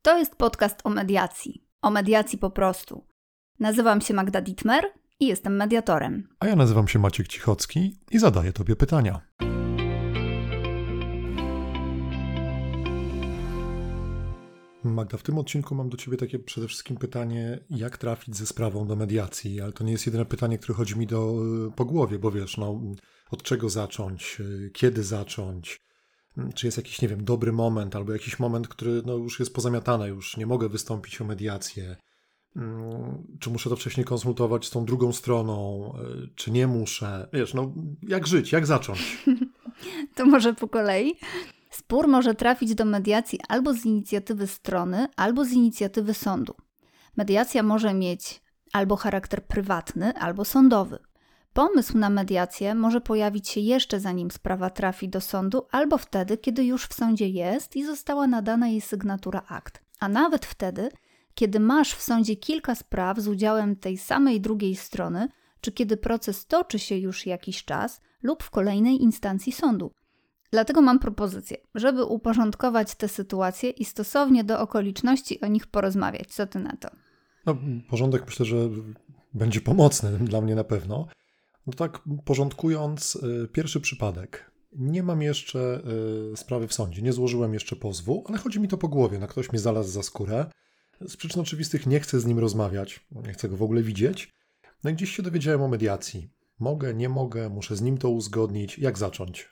To jest podcast o mediacji po prostu. Nazywam się Magda Dittmer i jestem mediatorem. A ja nazywam się Maciek Cichocki i zadaję Tobie pytania. Magda, w tym odcinku mam do Ciebie takie przede wszystkim pytanie, jak trafić ze sprawą do mediacji, ale to nie jest jedyne pytanie, które chodzi mi po głowie, bo wiesz, od czego zacząć, kiedy zacząć, czy jest jakiś, dobry moment, albo jakiś moment, który już jest pozamiatany, już nie mogę wystąpić o mediację, czy muszę to wcześniej konsultować z tą drugą stroną, czy nie muszę, jak żyć, jak zacząć? To może po kolei. Spór może trafić do mediacji albo z inicjatywy strony, albo z inicjatywy sądu. Mediacja może mieć albo charakter prywatny, albo sądowy. Pomysł na mediację może pojawić się jeszcze zanim sprawa trafi do sądu, albo wtedy, kiedy już w sądzie jest i została nadana jej sygnatura akt. A nawet wtedy, kiedy masz w sądzie kilka spraw z udziałem tej samej drugiej strony, czy kiedy proces toczy się już jakiś czas lub w kolejnej instancji sądu. Dlatego mam propozycję, żeby uporządkować tę sytuację i stosownie do okoliczności o nich porozmawiać. Co ty na to? Porządek myślę, że będzie pomocny dla mnie na pewno. Tak porządkując, pierwszy przypadek. Nie mam jeszcze sprawy w sądzie, nie złożyłem jeszcze pozwu, ale chodzi mi to po głowie, ktoś mnie znalazł za skórę. Z przyczyn oczywistych nie chcę z nim rozmawiać, nie chcę go w ogóle widzieć. I gdzieś się dowiedziałem o mediacji. Mogę, nie mogę, muszę z nim to uzgodnić. Jak zacząć?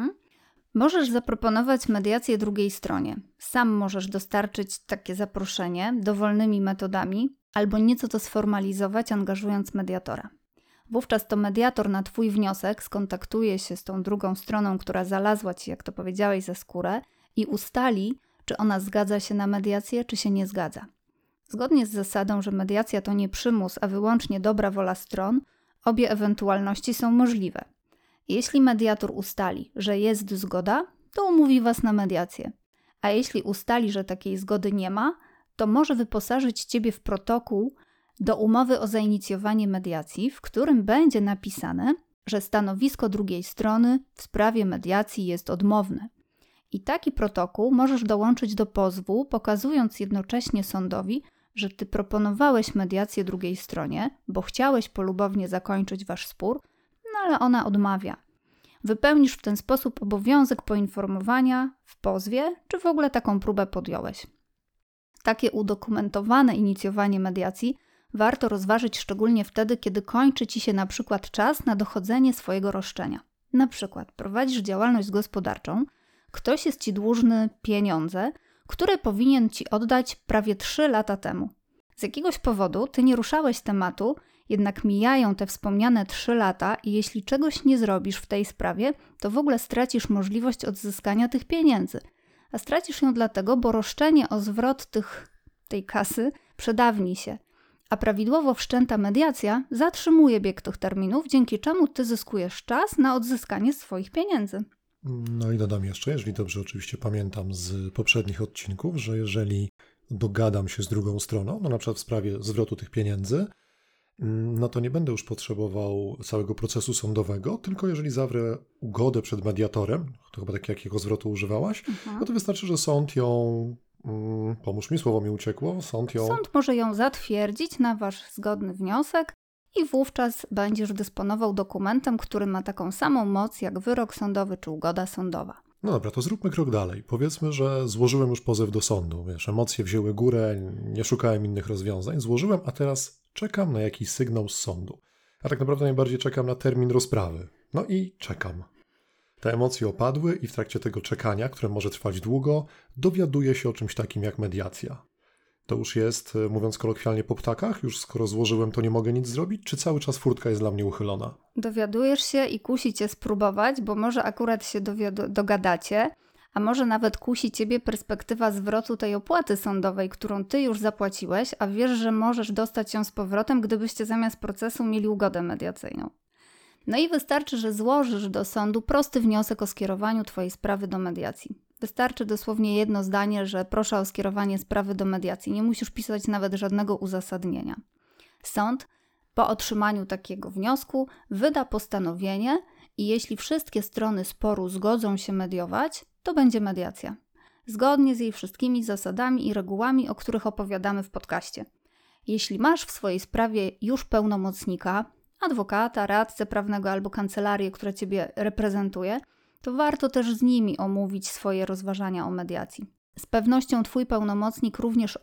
Możesz zaproponować mediację drugiej stronie. Sam możesz dostarczyć takie zaproszenie dowolnymi metodami albo nieco to sformalizować, angażując mediatora. Wówczas to mediator na Twój wniosek skontaktuje się z tą drugą stroną, która zalazła Ci, jak to powiedziałeś, za skórę i ustali, czy ona zgadza się na mediację, czy się nie zgadza. Zgodnie z zasadą, że mediacja to nie przymus, a wyłącznie dobra wola stron, obie ewentualności są możliwe. Jeśli mediator ustali, że jest zgoda, to umówi Was na mediację. A jeśli ustali, że takiej zgody nie ma, to może wyposażyć Ciebie w protokół do umowy o zainicjowanie mediacji, w którym będzie napisane, że stanowisko drugiej strony w sprawie mediacji jest odmowne. I taki protokół możesz dołączyć do pozwu, pokazując jednocześnie sądowi, że Ty proponowałeś mediację drugiej stronie, bo chciałeś polubownie zakończyć Wasz spór, ale ona odmawia. Wypełnisz w ten sposób obowiązek poinformowania w pozwie, czy w ogóle taką próbę podjąłeś. Takie udokumentowane inicjowanie mediacji warto rozważyć szczególnie wtedy, kiedy kończy Ci się na przykład czas na dochodzenie swojego roszczenia. Na przykład prowadzisz działalność gospodarczą, ktoś jest Ci dłużny pieniądze, które powinien Ci oddać prawie 3 lata temu. Z jakiegoś powodu Ty nie ruszałeś tematu, jednak mijają te wspomniane 3 lata i jeśli czegoś nie zrobisz w tej sprawie, to w ogóle stracisz możliwość odzyskania tych pieniędzy. A stracisz ją dlatego, bo roszczenie o zwrot tej kasy przedawni się. A prawidłowo wszczęta mediacja zatrzymuje bieg tych terminów, dzięki czemu Ty zyskujesz czas na odzyskanie swoich pieniędzy. I dodam jeszcze, jeżeli dobrze oczywiście pamiętam z poprzednich odcinków, że jeżeli dogadam się z drugą stroną, na przykład w sprawie zwrotu tych pieniędzy, to nie będę już potrzebował całego procesu sądowego, tylko jeżeli zawrę ugodę przed mediatorem, to chyba jakiego zwrotu używałaś, to wystarczy, że sąd ją, pomóż mi, słowo mi uciekło, Sąd może ją zatwierdzić na Wasz zgodny wniosek i wówczas będziesz dysponował dokumentem, który ma taką samą moc jak wyrok sądowy czy ugoda sądowa. No dobra, to zróbmy krok dalej. Powiedzmy, że złożyłem już pozew do sądu. Emocje wzięły górę, nie szukałem innych rozwiązań. Złożyłem, a teraz czekam na jakiś sygnał z sądu. A tak naprawdę najbardziej czekam na termin rozprawy. I czekam. Te emocje opadły i w trakcie tego czekania, które może trwać długo, dowiaduję się o czymś takim jak mediacja. To już jest, mówiąc kolokwialnie, po ptakach? Już skoro złożyłem, to nie mogę nic zrobić? Czy cały czas furtka jest dla mnie uchylona? Dowiadujesz się i kusi Cię spróbować, bo może akurat się dogadacie, a może nawet kusi Ciebie perspektywa zwrotu tej opłaty sądowej, którą Ty już zapłaciłeś, a wiesz, że możesz dostać ją z powrotem, gdybyście zamiast procesu mieli ugodę mediacyjną. I wystarczy, że złożysz do sądu prosty wniosek o skierowaniu Twojej sprawy do mediacji. Wystarczy dosłownie jedno zdanie, że proszę o skierowanie sprawy do mediacji. Nie musisz pisać nawet żadnego uzasadnienia. Sąd po otrzymaniu takiego wniosku wyda postanowienie i jeśli wszystkie strony sporu zgodzą się mediować, to będzie mediacja. zgodnie z jej wszystkimi zasadami i regułami, o których opowiadamy w podcaście. Jeśli masz w swojej sprawie już pełnomocnika, adwokata, radcę prawnego albo kancelarię, która Ciebie reprezentuje, to warto też z nimi omówić swoje rozważania o mediacji. Z pewnością Twój pełnomocnik również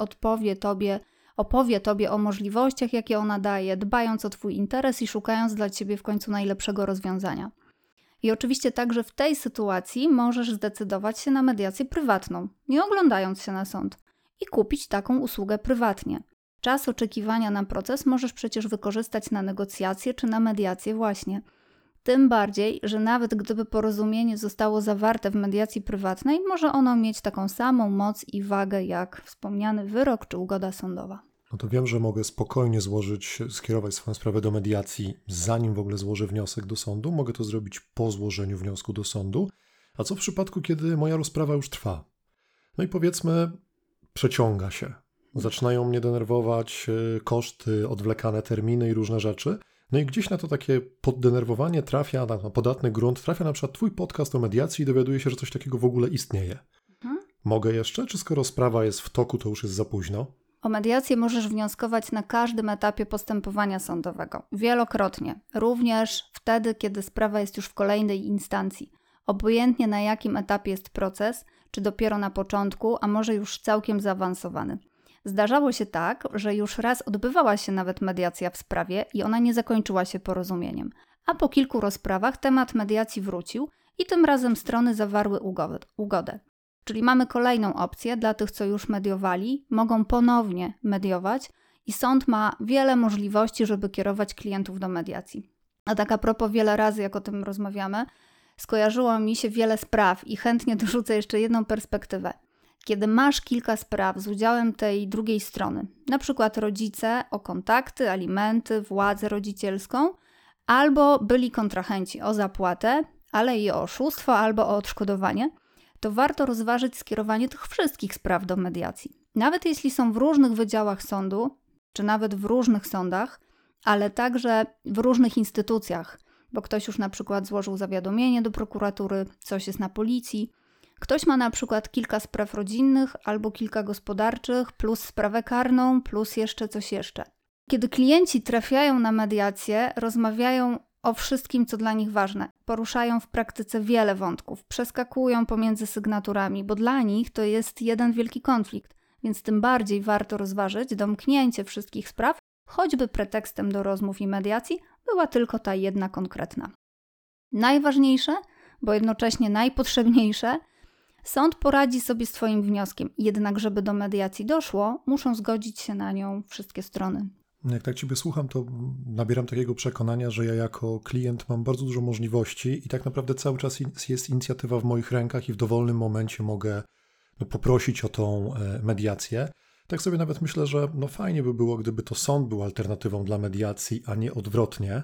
opowie Tobie o możliwościach, jakie ona daje, dbając o Twój interes i szukając dla Ciebie w końcu najlepszego rozwiązania. I oczywiście także w tej sytuacji możesz zdecydować się na mediację prywatną, nie oglądając się na sąd, i kupić taką usługę prywatnie. Czas oczekiwania na proces możesz przecież wykorzystać na negocjacje czy na mediację właśnie. Tym bardziej, że nawet gdyby porozumienie zostało zawarte w mediacji prywatnej, może ono mieć taką samą moc i wagę jak wspomniany wyrok czy ugoda sądowa. No to wiem, że mogę spokojnie skierować swoją sprawę do mediacji, zanim w ogóle złożę wniosek do sądu. Mogę to zrobić po złożeniu wniosku do sądu. A co w przypadku, kiedy moja rozprawa już trwa? No i powiedzmy, przeciąga się. Zaczynają mnie denerwować koszty, odwlekane terminy i różne rzeczy. No i gdzieś na to takie poddenerwowanie trafia, na podatny grunt, trafia na przykład Twój podcast o mediacji i dowiaduje się, że coś takiego w ogóle istnieje. Mogę jeszcze? Czy skoro sprawa jest w toku, to już jest za późno? O mediację możesz wnioskować na każdym etapie postępowania sądowego, wielokrotnie, również wtedy, kiedy sprawa jest już w kolejnej instancji. Obojętnie na jakim etapie jest proces, czy dopiero na początku, a może już całkiem zaawansowany. Zdarzało się tak, że już raz odbywała się nawet mediacja w sprawie i ona nie zakończyła się porozumieniem, a po kilku rozprawach temat mediacji wrócił i tym razem strony zawarły ugodę. Czyli mamy kolejną opcję dla tych, co już mediowali, mogą ponownie mediować i sąd ma wiele możliwości, żeby kierować klientów do mediacji. A tak a propos, wiele razy jak o tym rozmawiamy, skojarzyło mi się wiele spraw i chętnie dorzucę jeszcze jedną perspektywę. Kiedy masz kilka spraw z udziałem tej drugiej strony, na przykład rodzice o kontakty, alimenty, władzę rodzicielską, albo byli kontrahenci o zapłatę, ale i o oszustwo albo o odszkodowanie, to warto rozważyć skierowanie tych wszystkich spraw do mediacji. Nawet jeśli są w różnych wydziałach sądu, czy nawet w różnych sądach, ale także w różnych instytucjach, bo ktoś już na przykład złożył zawiadomienie do prokuratury, coś jest na policji, ktoś ma na przykład kilka spraw rodzinnych albo kilka gospodarczych, plus sprawę karną, plus jeszcze coś jeszcze. Kiedy klienci trafiają na mediację, rozmawiają o wszystkim, co dla nich ważne. Poruszają w praktyce wiele wątków, przeskakują pomiędzy sygnaturami, bo dla nich to jest jeden wielki konflikt, więc tym bardziej warto rozważyć domknięcie wszystkich spraw, choćby pretekstem do rozmów i mediacji była tylko ta jedna konkretna. Najważniejsze, bo jednocześnie najpotrzebniejsze, sąd poradzi sobie z Twoim wnioskiem, jednak żeby do mediacji doszło, muszą zgodzić się na nią wszystkie strony. Jak tak Ciebie słucham, to nabieram takiego przekonania, że ja jako klient mam bardzo dużo możliwości i tak naprawdę cały czas jest inicjatywa w moich rękach i w dowolnym momencie mogę poprosić o tą mediację. Tak sobie nawet myślę, że fajnie by było, gdyby to sąd był alternatywą dla mediacji, a nie odwrotnie.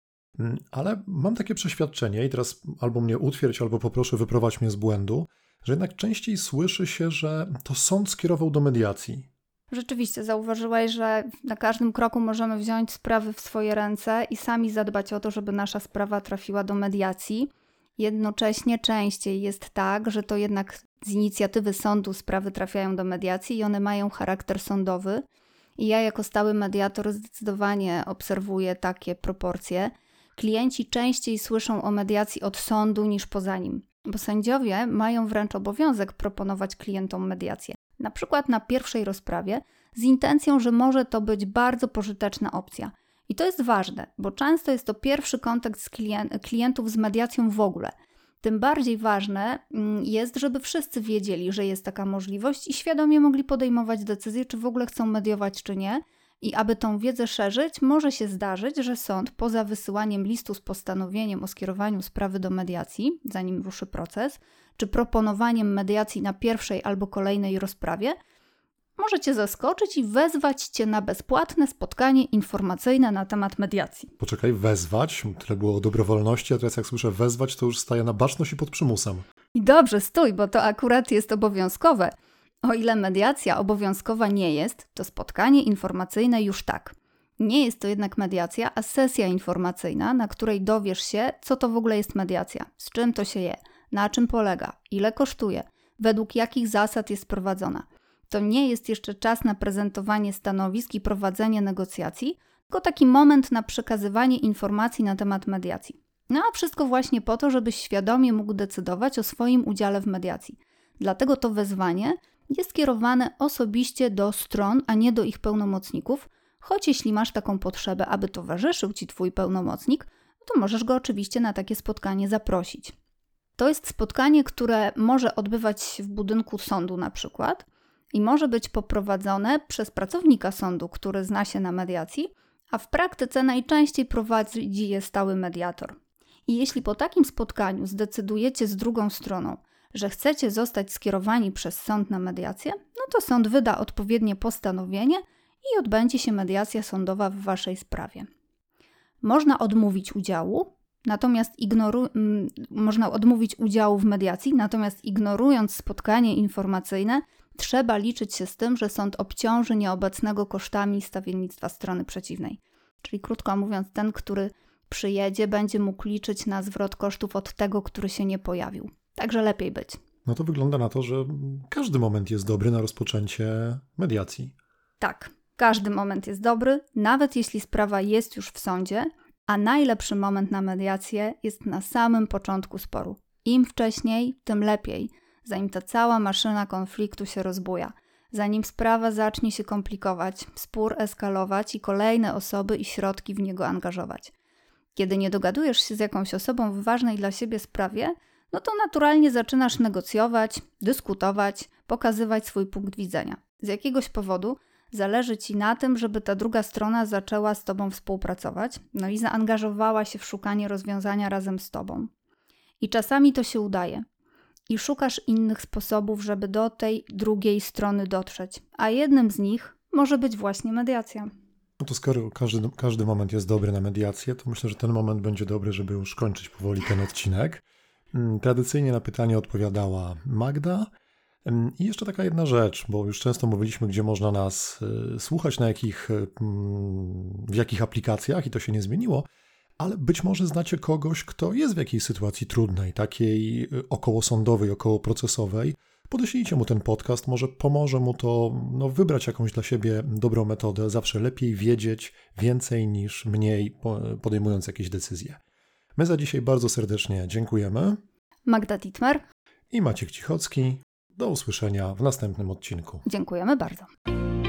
Ale mam takie przeświadczenie i teraz albo mnie utwierdź, albo poproszę wyprowadź mnie z błędu, że jednak częściej słyszy się, że to sąd skierował do mediacji. Rzeczywiście zauważyłeś, że na każdym kroku możemy wziąć sprawy w swoje ręce i sami zadbać o to, żeby nasza sprawa trafiła do mediacji. Jednocześnie częściej jest tak, że to jednak z inicjatywy sądu sprawy trafiają do mediacji i one mają charakter sądowy. I ja jako stały mediator zdecydowanie obserwuję takie proporcje. Klienci częściej słyszą o mediacji od sądu niż poza nim, bo sędziowie mają wręcz obowiązek proponować klientom mediację. Na przykład na pierwszej rozprawie z intencją, że może to być bardzo pożyteczna opcja. I to jest ważne, bo często jest to pierwszy kontakt z klientów z mediacją w ogóle. Tym bardziej ważne jest, żeby wszyscy wiedzieli, że jest taka możliwość i świadomie mogli podejmować decyzję, czy w ogóle chcą mediować, czy nie. I aby tą wiedzę szerzyć, może się zdarzyć, że sąd poza wysyłaniem listu z postanowieniem o skierowaniu sprawy do mediacji, zanim ruszy proces, czy proponowaniem mediacji na pierwszej albo kolejnej rozprawie, może Cię zaskoczyć i wezwać Cię na bezpłatne spotkanie informacyjne na temat mediacji. Poczekaj, wezwać? Tyle było o dobrowolności, a teraz jak słyszę wezwać, to już staję na baczność i pod przymusem. I dobrze, stój, bo to akurat jest obowiązkowe. O ile mediacja obowiązkowa nie jest, to spotkanie informacyjne już tak. Nie jest to jednak mediacja, a sesja informacyjna, na której dowiesz się, co to w ogóle jest mediacja, z czym to się je, na czym polega, ile kosztuje, według jakich zasad jest prowadzona. To nie jest jeszcze czas na prezentowanie stanowisk i prowadzenie negocjacji, tylko taki moment na przekazywanie informacji na temat mediacji. No a wszystko właśnie po to, żebyś świadomie mógł decydować o swoim udziale w mediacji. Dlatego to wezwanie jest kierowane osobiście do stron, a nie do ich pełnomocników, choć jeśli masz taką potrzebę, aby towarzyszył Ci Twój pełnomocnik, to możesz go oczywiście na takie spotkanie zaprosić. To jest spotkanie, które może odbywać się w budynku sądu na przykład i może być poprowadzone przez pracownika sądu, który zna się na mediacji, a w praktyce najczęściej prowadzi je stały mediator. I jeśli po takim spotkaniu zdecydujecie z drugą stroną, że chcecie zostać skierowani przez sąd na mediację, no to sąd wyda odpowiednie postanowienie i odbędzie się mediacja sądowa w waszej sprawie. Można odmówić udziału, można odmówić udziału w mediacji, natomiast ignorując spotkanie informacyjne, trzeba liczyć się z tym, że sąd obciąży nieobecnego kosztami stawiennictwa strony przeciwnej. Czyli krótko mówiąc, ten, który przyjedzie, będzie mógł liczyć na zwrot kosztów od tego, który się nie pojawił. Także lepiej być. No to wygląda na to, że każdy moment jest dobry na rozpoczęcie mediacji. Tak, każdy moment jest dobry, nawet jeśli sprawa jest już w sądzie, a najlepszy moment na mediację jest na samym początku sporu. Im wcześniej, tym lepiej, zanim ta cała maszyna konfliktu się rozbuja, zanim sprawa zacznie się komplikować, spór eskalować i kolejne osoby i środki w niego angażować. Kiedy nie dogadujesz się z jakąś osobą w ważnej dla siebie sprawie, no to naturalnie zaczynasz negocjować, dyskutować, pokazywać swój punkt widzenia. Z jakiegoś powodu zależy Ci na tym, żeby ta druga strona zaczęła z Tobą współpracować, no i zaangażowała się w szukanie rozwiązania razem z Tobą. I czasami to się udaje. I szukasz innych sposobów, żeby do tej drugiej strony dotrzeć. A jednym z nich może być właśnie mediacja. No to skoro każdy moment jest dobry na mediację, to myślę, że ten moment będzie dobry, żeby już kończyć powoli ten odcinek. Tradycyjnie na pytanie odpowiadała Magda. I jeszcze taka jedna rzecz, bo już często mówiliśmy, gdzie można nas słuchać, w jakich aplikacjach i to się nie zmieniło, ale być może znacie kogoś, kto jest w jakiejś sytuacji trudnej, takiej okołosądowej, okołoprocesowej. Podeślijcie mu ten podcast, może pomoże mu to wybrać jakąś dla siebie dobrą metodę. Zawsze lepiej wiedzieć więcej niż mniej, podejmując jakieś decyzje. My za dzisiaj bardzo serdecznie dziękujemy. Magda Dittmer I Maciek Cichocki. Do usłyszenia w następnym odcinku. Dziękujemy bardzo.